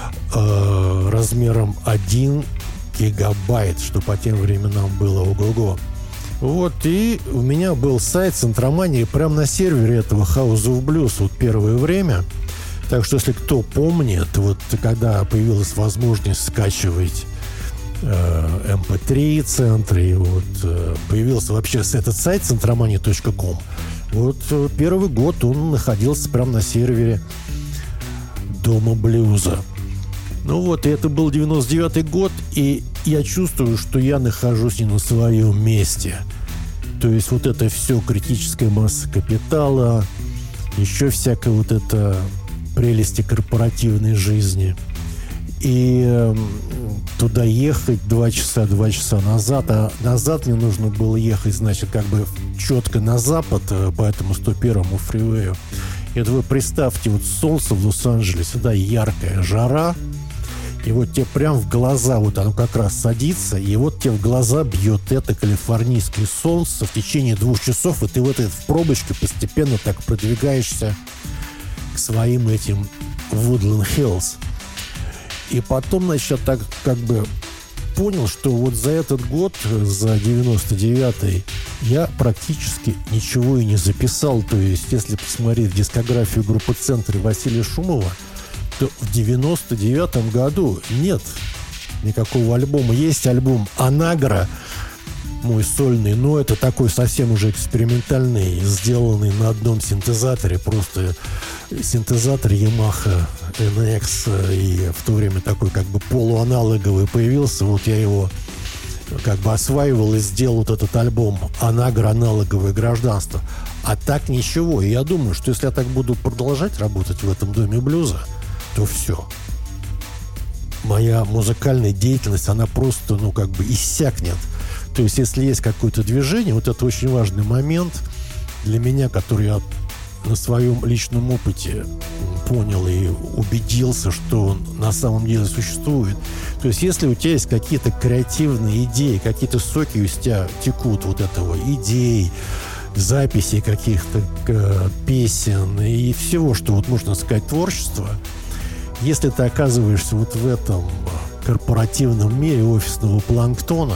э, размером один гигабайт, что по тем временам было ого-го. Вот, и у меня был сайт Центромании прямо на сервере этого House of Blues вот первое время. Так что, если кто помнит, вот когда появилась возможность скачивать э, эм пэ три центры, и вот э, появился вообще этот сайт центромания точка ком, вот э, первый год он находился прямо на сервере Дома блюза. Ну вот, и это был девяносто девятый год, и я чувствую, что я нахожусь не на своем месте. То есть вот это все, критическая масса капитала, еще всякая вот это прелести корпоративной жизни. И э, туда ехать два часа, два часа назад, а назад мне нужно было ехать, значит, как бы четко на запад по этому сто первому фривею. И вот вы представьте, вот солнце в Лос-Анджелесе, да, яркая жара, и вот тебе прям в глаза, вот оно как раз садится, и вот тебе в глаза бьет это калифорнийское солнце в течение двух часов, и ты вот в пробочке постепенно так продвигаешься к своим этим Woodland Hills. И потом, значит, я так как бы понял, что вот за этот год, за девяносто девятый, я практически ничего и не записал. То есть, если посмотреть дискографию группы «Центр» Василия Шумова, то в девяносто девятом году нет никакого альбома. Есть альбом «Анагра», мой сольный, но это такой совсем уже экспериментальный, сделанный на одном синтезаторе, просто синтезатор Yamaha эн икс, и в то время такой как бы полуаналоговый появился, вот я его как бы осваивал и сделал вот этот альбом «Анагра. Аналоговое гражданство». А так ничего, и я думаю, что если я так буду продолжать работать в этом доме блюза, то все. Моя музыкальная деятельность, она просто, ну, как бы иссякнет. То есть, если есть какое-то движение, вот это очень важный момент для меня, который я на своем личном опыте понял и убедился, что он на самом деле существует. То есть, если у тебя есть какие-то креативные идеи, какие-то соки из тебя текут вот этого, идей, записей каких-то э, песен и всего, что вот можно сказать творчество, если ты оказываешься вот в этом корпоративном мире офисного планктона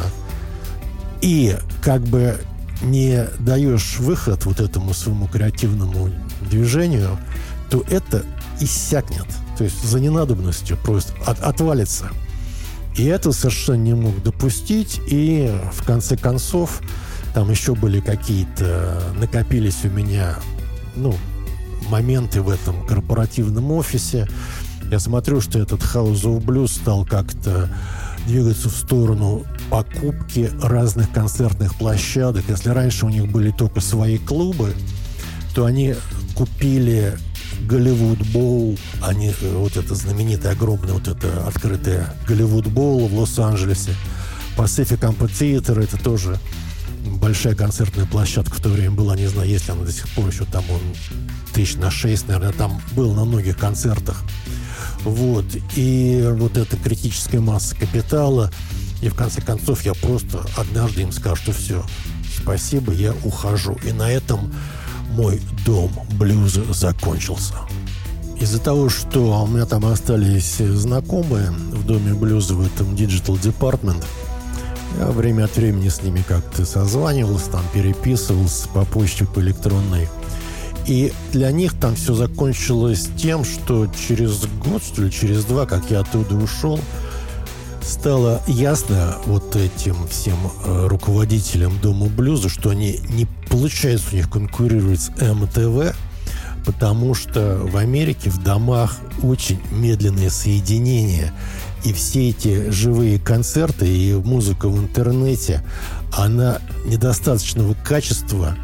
и как бы не даешь выход вот этому своему креативному движению, то это иссякнет. То есть за ненадобностью просто от, отвалится. И это совершенно не мог допустить. И в конце концов там еще были какие-то, накопились у меня, ну, моменты в этом корпоративном офисе. Я смотрю, что этот House of Blues стал как-то двигаться в сторону покупки разных концертных площадок. Если раньше у них были только свои клубы, то они купили Голливуд Боул, они, вот это знаменитое, огромное, вот это открытое Голливуд Боул в Лос-Анджелесе. Pacific Amphitheater, это тоже большая концертная площадка в то время была, не знаю, есть ли она до сих пор еще, там он тысяч на шесть, наверное, там был на многих концертах. Вот, и вот эта критическая масса капитала, и в конце концов я просто однажды им скажу, что все, спасибо, я ухожу. И на этом мой дом блюза закончился. Из-за того, что у меня там остались знакомые в доме блюза, в этом Digital Department, я время от времени с ними как-то созванивался, там переписывался по почте, по электронной. И для них там все закончилось тем, что через год, что ли, через два, как я оттуда ушел, стало ясно вот этим всем э, руководителям Дома блюза, что они не получается у них конкурировать с эм тэ вэ, потому что в Америке в домах очень медленные соединения. И все эти живые концерты и музыка в интернете, она недостаточного качества.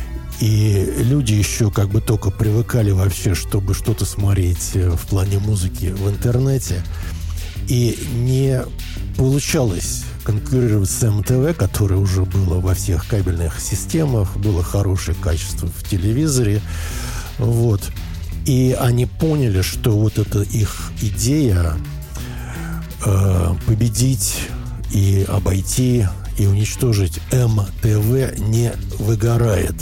И люди еще как бы только привыкали вообще, чтобы что-то смотреть в плане музыки в интернете. И не получалось конкурировать с эм тэ вэ, которое уже было во всех кабельных системах, было хорошее качество в телевизоре. Вот. И они поняли, что вот эта их идея э, победить и обойти и уничтожить эм тэ вэ не выгорает.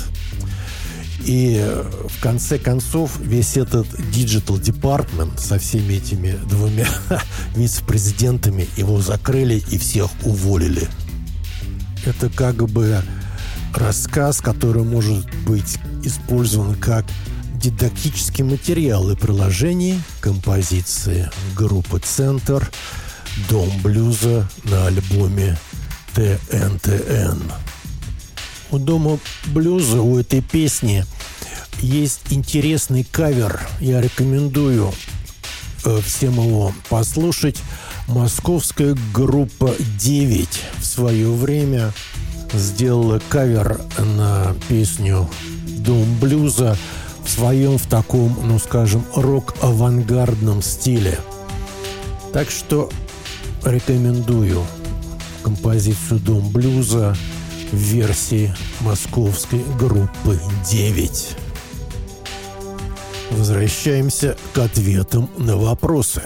И в конце концов весь этот Digital Department со всеми этими двумя вице-президентами его закрыли и всех уволили. Это как бы рассказ, который может быть использован как дидактический материал и приложение композиции группы «Центр» «Дом блюза» на альбоме тэ эн тэ эн. У Дома блюза, у этой песни есть интересный кавер. Я рекомендую э, всем его послушать. Московская группа девять в свое время сделала кавер на песню «Дом блюза» в своем, в таком, ну скажем, рок-авангардном стиле. Так что рекомендую композицию «Дом блюза» в версии московской группы девять. Возвращаемся к ответам на вопросы.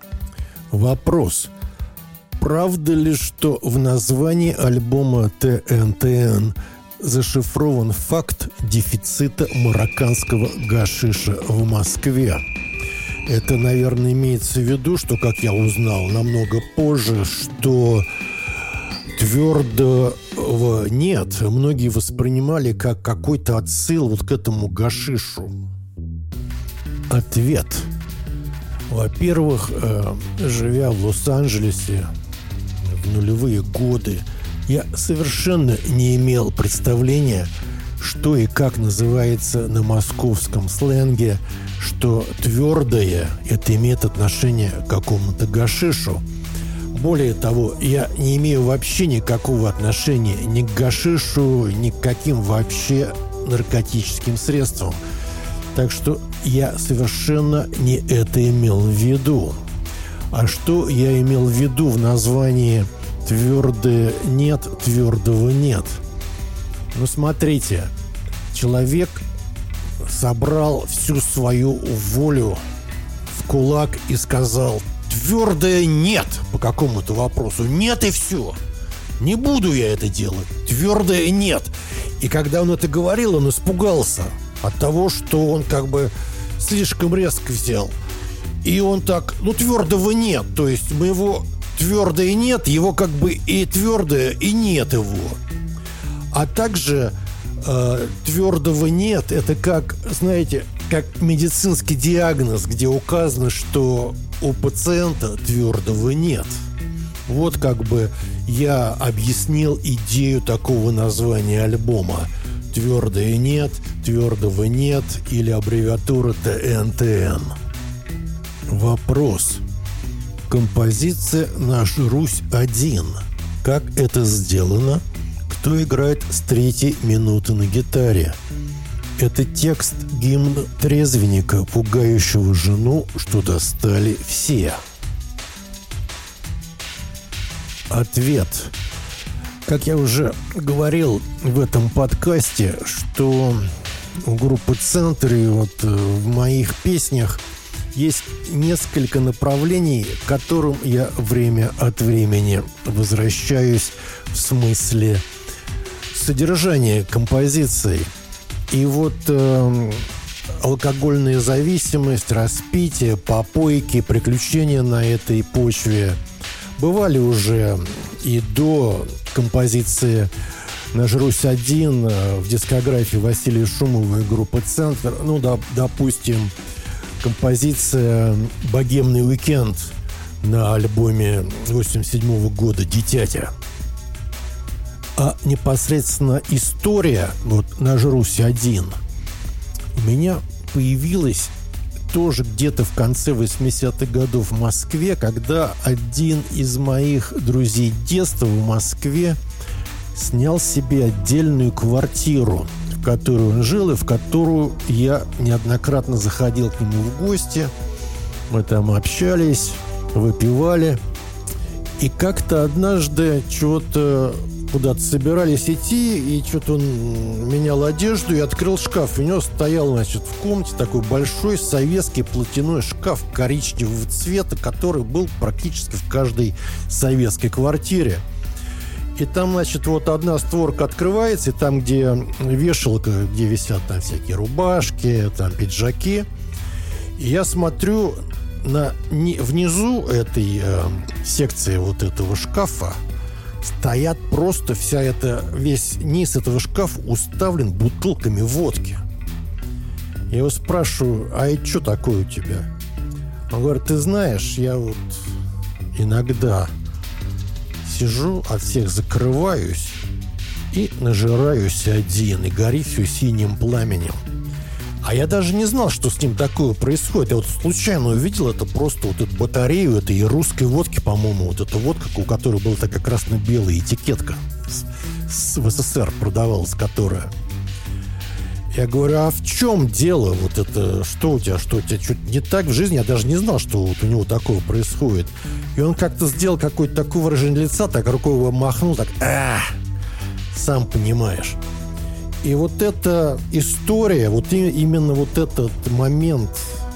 Вопрос. Правда ли, что в названии альбома тэ эн тэ эн зашифрован факт дефицита марокканского гашиша в Москве? Это, наверное, имеется в виду, что, как я узнал намного позже, что твердого нет. Многие воспринимали как какой-то отсыл вот к этому гашишу. Ответ. Во-первых, э, живя в Лос-Анджелесе в нулевые годы, я совершенно не имел представления, что и как называется на московском сленге, что твердое это имеет отношение к какому-то гашишу. Более того, я не имею вообще никакого отношения ни к гашишу, ни к каким вообще наркотическим средствам. Так что я совершенно не это имел в виду. А что я имел в виду в названии «Твердое нет, твердого нет»? Ну, смотрите, человек собрал всю свою волю в кулак и сказал: твердое нет по какому-то вопросу. Нет и все. Не буду я это делать. Твердое нет. И когда он это говорил, он испугался от того, что он как бы слишком резко взял. И он так, ну, твердого нет. То есть моего твердое нет, его как бы и твердое, и нет его. А также э, твердого нет, это как, знаете, как медицинский диагноз, где указано, что у пациента твердого нет. Вот как бы я объяснил идею такого названия альбома. Твердое нет, твердого нет, или аббревиатура тэ эн тэ эн. Вопрос. Композиция «Наш Русь-один». Как это сделано? Кто играет с третьей минуты на гитаре? Это текст гимна трезвенника, пугающего жену, что достали все. Ответ. Как я уже говорил в этом подкасте, что у группы «Центр» и вот в моих песнях есть несколько направлений, к которым я время от времени возвращаюсь в смысле содержание композиции. И вот э, алкогольная зависимость, распитие, попойки, приключения на этой почве бывали уже и до композиции «Нажрусь один» в дискографии Василия Шумова и группы «Центр». Ну, да, допустим, композиция «Богемный уикенд» на альбоме восемьдесят седьмого года «Дитятя». А непосредственно история вот «Нажрусь один» у меня появилась тоже где-то в конце восьмидесятых годов в Москве, когда один из моих друзей детства в Москве снял себе отдельную квартиру, в которой он жил и в которую я неоднократно заходил к нему в гости. Мы там общались, выпивали. И как-то однажды чего-то куда-то собирались идти, и что-то он менял одежду и открыл шкаф. У него стоял, значит, в комнате такой большой советский платяной шкаф коричневого цвета, который был практически в каждой советской квартире. И там, значит, вот одна створка открывается, и там, где вешалка, где висят там всякие рубашки, там пиджаки. И я смотрю, на, не, внизу этой э, секции вот этого шкафа стоят просто вся эта, весь низ этого шкафа уставлен бутылками водки. Я его спрашиваю, а это что такое у тебя? Он говорит, ты знаешь, я вот иногда сижу, от всех закрываюсь и нажираюсь один, и гори все синим пламенем. А я даже не знал, что с ним такое происходит. Я вот случайно увидел это просто вот эту батарею этой русской водки, по-моему, вот эта водка, у которой была такая красно-белая этикетка. С, с, в СССР продавалась которая. Я говорю, а в чем дело? Вот это, что у тебя, что у тебя что-то не так в жизни? Я даже не знал, что вот у него такого происходит. И он как-то сделал какое-то такое выражение лица, так рукой махнул, так, а, сам понимаешь. И вот эта история, вот именно вот этот момент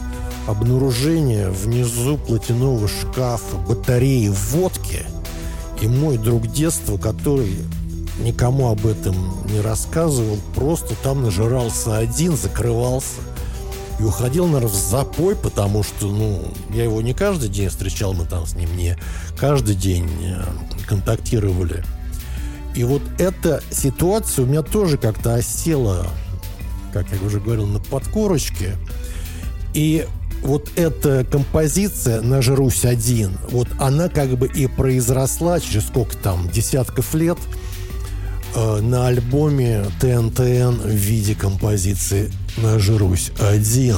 обнаружения внизу платяного шкафа батареи водки, и мой друг детства, который никому об этом не рассказывал, просто там нажирался один, закрывался и уходил, наверное, в запой, потому что, ну, я его не каждый день встречал, мы там с ним не каждый день контактировали. И вот эта ситуация у меня тоже как-то осела, как я уже говорил, на подкорочке. И вот эта композиция «Нажрусь один», вот она как бы и произросла через сколько там, десятков лет э, на альбоме тэ эн тэ эн в виде композиции «Нажрусь один».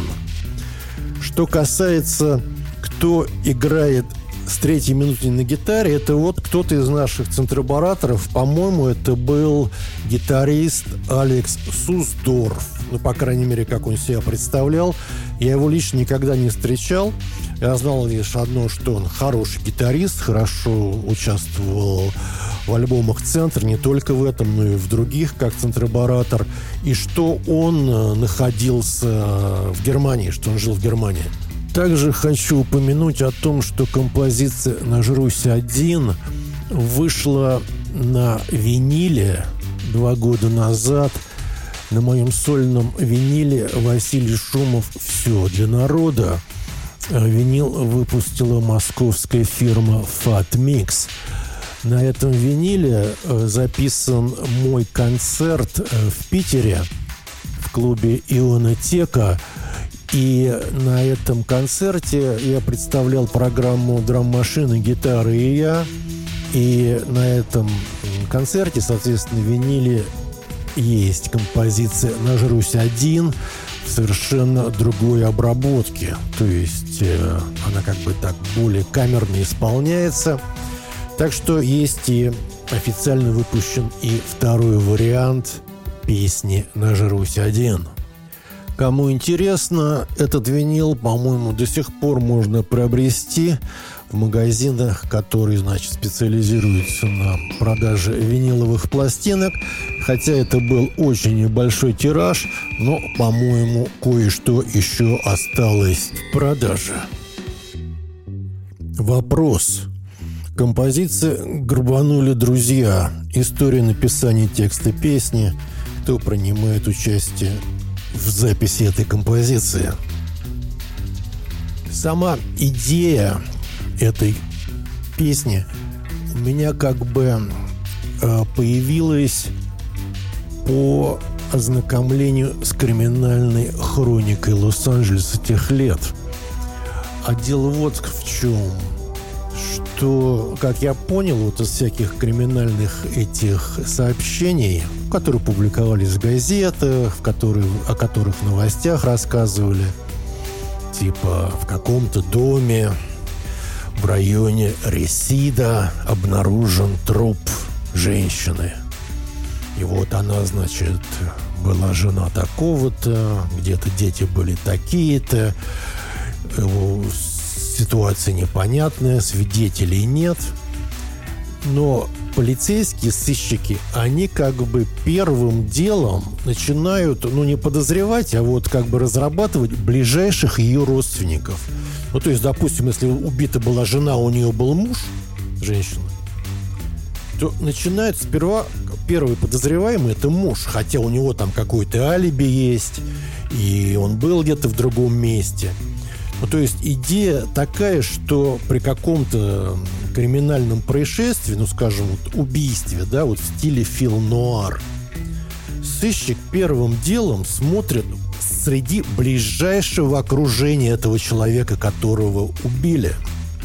Что касается, кто играет с третьей минуты на гитаре, это вот кто-то из наших центробараторов, по-моему, это был гитарист Алекс Сусдорф. Ну, по крайней мере, как он себя представлял. Я его лично никогда не встречал. Я знал лишь одно, что он хороший гитарист, хорошо участвовал в альбомах «Центр», не только в этом, но и в других, как центробаратор, и что он находился в Германии, что он жил в Германии. Также хочу упомянуть о том, что композиция «Нажрусь один» вышла на виниле два года назад. На моем сольном виниле Василий Шумов «Все для народа». Винил выпустила московская фирма Fat Mix. На этом виниле записан мой концерт в Питере в клубе «Ионотека». И на этом концерте я представлял программу «Драм-машины, гитары и я». И на этом концерте, соответственно, в виниле есть композиция «Нажрусь один» в совершенно другой обработке. То есть э, она как бы так более камерно исполняется. Так что есть и официально выпущен и второй вариант песни «Нажрусь один». Кому интересно, этот винил, по-моему, до сих пор можно приобрести в магазинах, которые, значит, специализируются на продаже виниловых пластинок. Хотя это был очень небольшой тираж, но, по-моему, кое-что еще осталось в продаже. Вопрос. Композиция «Грабанули друзья». История написания текста песни. Кто принимает участие в записи этой композиции? Сама идея этой песни у меня как бы э, появилась по ознакомлению с криминальной хроникой Лос-Анджелеса тех лет. А дело вот в чем, что, как я понял, вот из всяких криминальных этих сообщений, которые публиковались в газетах, в которые, о которых в новостях рассказывали, типа в каком-то доме в районе Ресида обнаружен труп женщины. И вот она, значит, была жена такого-то, где-то дети были такие-то, ситуация непонятная, свидетелей нет. Но полицейские сыщики, они как бы первым делом начинают, ну, не подозревать, а вот как бы разрабатывать ближайших ее родственников. Ну, то есть, допустим, если убита была жена, у нее был муж, женщина, то начинают сперва, первый подозреваемый – это муж, хотя у него там какое-то алиби есть, и он был где-то в другом месте. Ну, то есть идея такая, что при каком-то криминальном происшествии, ну, скажем, вот убийстве, да, вот в стиле фил-нуар, сыщик первым делом смотрит среди ближайшего окружения этого человека, которого убили.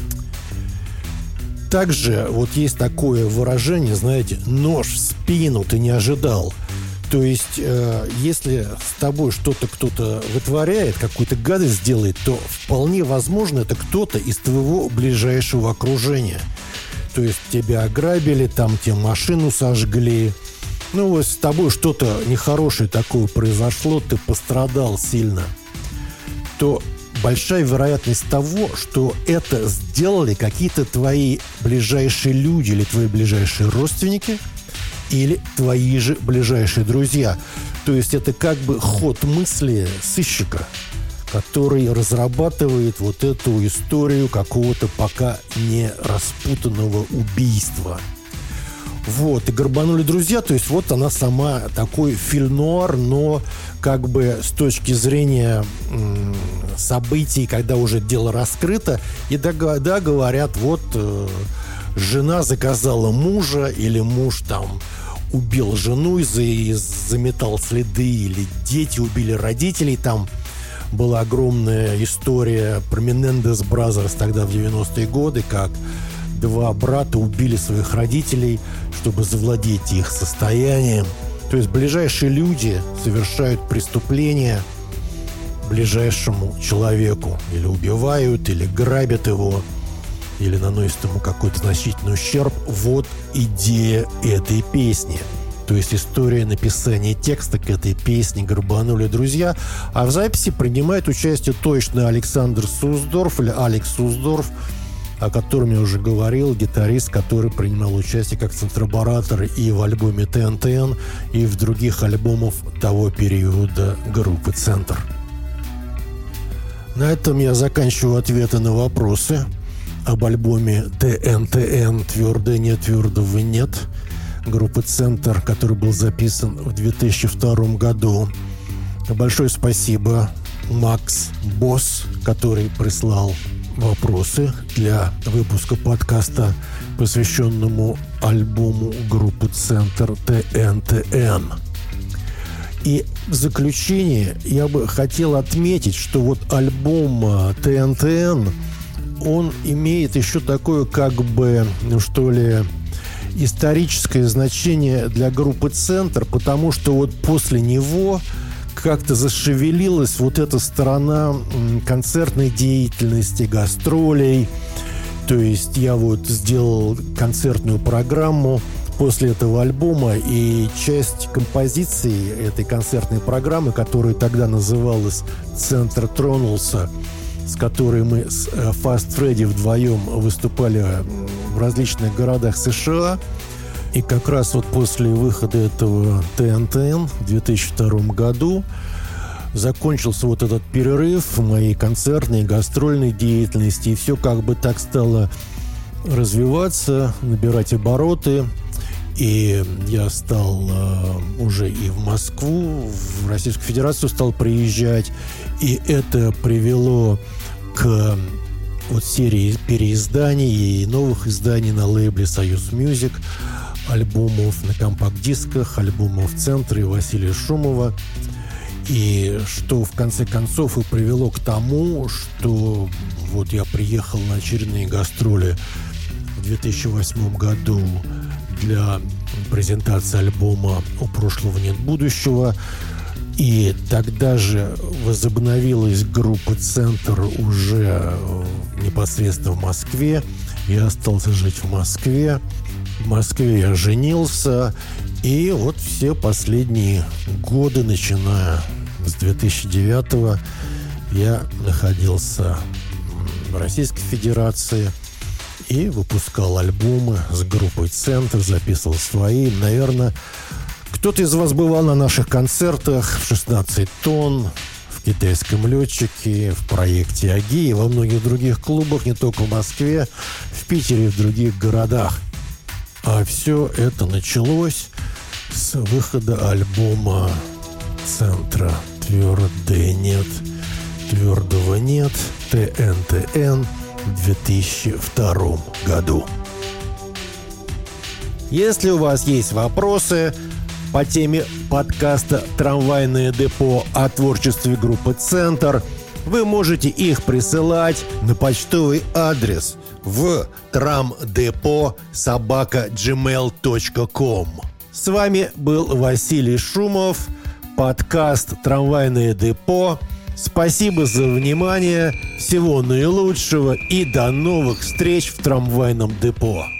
Также вот есть такое выражение, знаете, нож в спину ты не ожидал. То есть, э, если с тобой что-то кто-то вытворяет, какую-то гадость делает, то вполне возможно, это кто-то из твоего ближайшего окружения. То есть, тебя ограбили, там тебе машину сожгли. Ну, вот с тобой что-то нехорошее такое произошло, ты пострадал сильно. То большая вероятность того, что это сделали какие-то твои ближайшие люди или твои ближайшие родственники, или твои же ближайшие друзья. То есть это как бы ход мысли сыщика, который разрабатывает вот эту историю какого-то пока не распутанного убийства. Вот, и «Грабанули друзья», то есть вот она сама такой фильм-нуар, но как бы с точки зрения м- событий, когда уже дело раскрыто, и да, да говорят, вот э, жена заказала мужа, или муж там убил жену и заметал следы, или дети убили родителей. Там была огромная история про Menendez Brothers тогда в девяностые годы, как два брата убили своих родителей, чтобы завладеть их состоянием. То есть ближайшие люди совершают преступления ближайшему человеку. Или убивают, или грабят его, или наносят ему какой-то значительный ущерб. Вот идея этой песни. То есть история написания текста к этой песне «Грабанули друзья». А в записи принимает участие точно Александр Сусдорф, или Алекс Сусдорф, о котором я уже говорил, гитарист, который принимал участие как центробаратор и в альбоме Тэ Эн Тэ Эн, и в других альбомах того периода группы «Центр». На этом я заканчиваю ответы на вопросы об альбоме Тэ Эн Тэ Эн «Твердое нет, твердого нет» группы «Центр», который был записан в две тысячи втором году. Большое спасибо Макс Босс, который прислал вопросы для выпуска подкаста, посвященному альбому группы «Центр» Тэ Эн Тэ Эн. И в заключение я бы хотел отметить, что вот альбом Тэ Эн Тэ Эн, он имеет еще такое, как бы, ну что ли, историческое значение для группы «Центр», потому что вот после него как-то зашевелилась вот эта сторона концертной деятельности, гастролей. То есть я вот сделал концертную программу после этого альбома, и часть композиций этой концертной программы, которая тогда называлась «Центр тронулся», с которой мы с Fast Freddy вдвоем выступали в различных городах США. И как раз вот после выхода этого Тэ Эн Тэ Эн в две тысячи втором году закончился вот этот перерыв в моей концертной, гастрольной деятельности, и все как бы так стало развиваться, набирать обороты. И я стал э, уже и в Москву, в Российскую Федерацию стал приезжать. И это привело к вот серии переизданий и новых изданий на лейбле «Союз Мьюзик», альбомов на компакт-дисках, альбомов «Центра» и Василия Шумова. И что в конце концов и привело к тому, что вот я приехал на очередные гастроли в две тысячи восьмом году для презентации альбома «У прошлого нет будущего». И тогда же возобновилась группа «Центр» уже непосредственно в Москве. Я остался жить в Москве. В Москве я женился. И вот все последние годы, начиная с две тысячи девятого, я находился в Российской Федерации и выпускал альбомы с группой «Центр», записывал свои. Наверное, кто-то из вас бывал на наших концертах в шестнадцать тонн, в «Китайском летчике», в проекте «Аги» и во многих других клубах, не только в Москве, в Питере и в других городах. А все это началось с выхода альбома «Центра» «Твердое нет», «Твердого нет», Тэ Эн Тэ Эн в две тысячи втором году. Если у вас есть вопросы по теме подкаста «Трамвайное депо» о творчестве группы «Центр», вы можете их присылать на почтовый адрес в трамдепо собака джимейл точка ком. С вами был Василий Шумов, подкаст «Трамвайное депо». Спасибо за внимание, всего наилучшего и до новых встреч в трамвайном депо.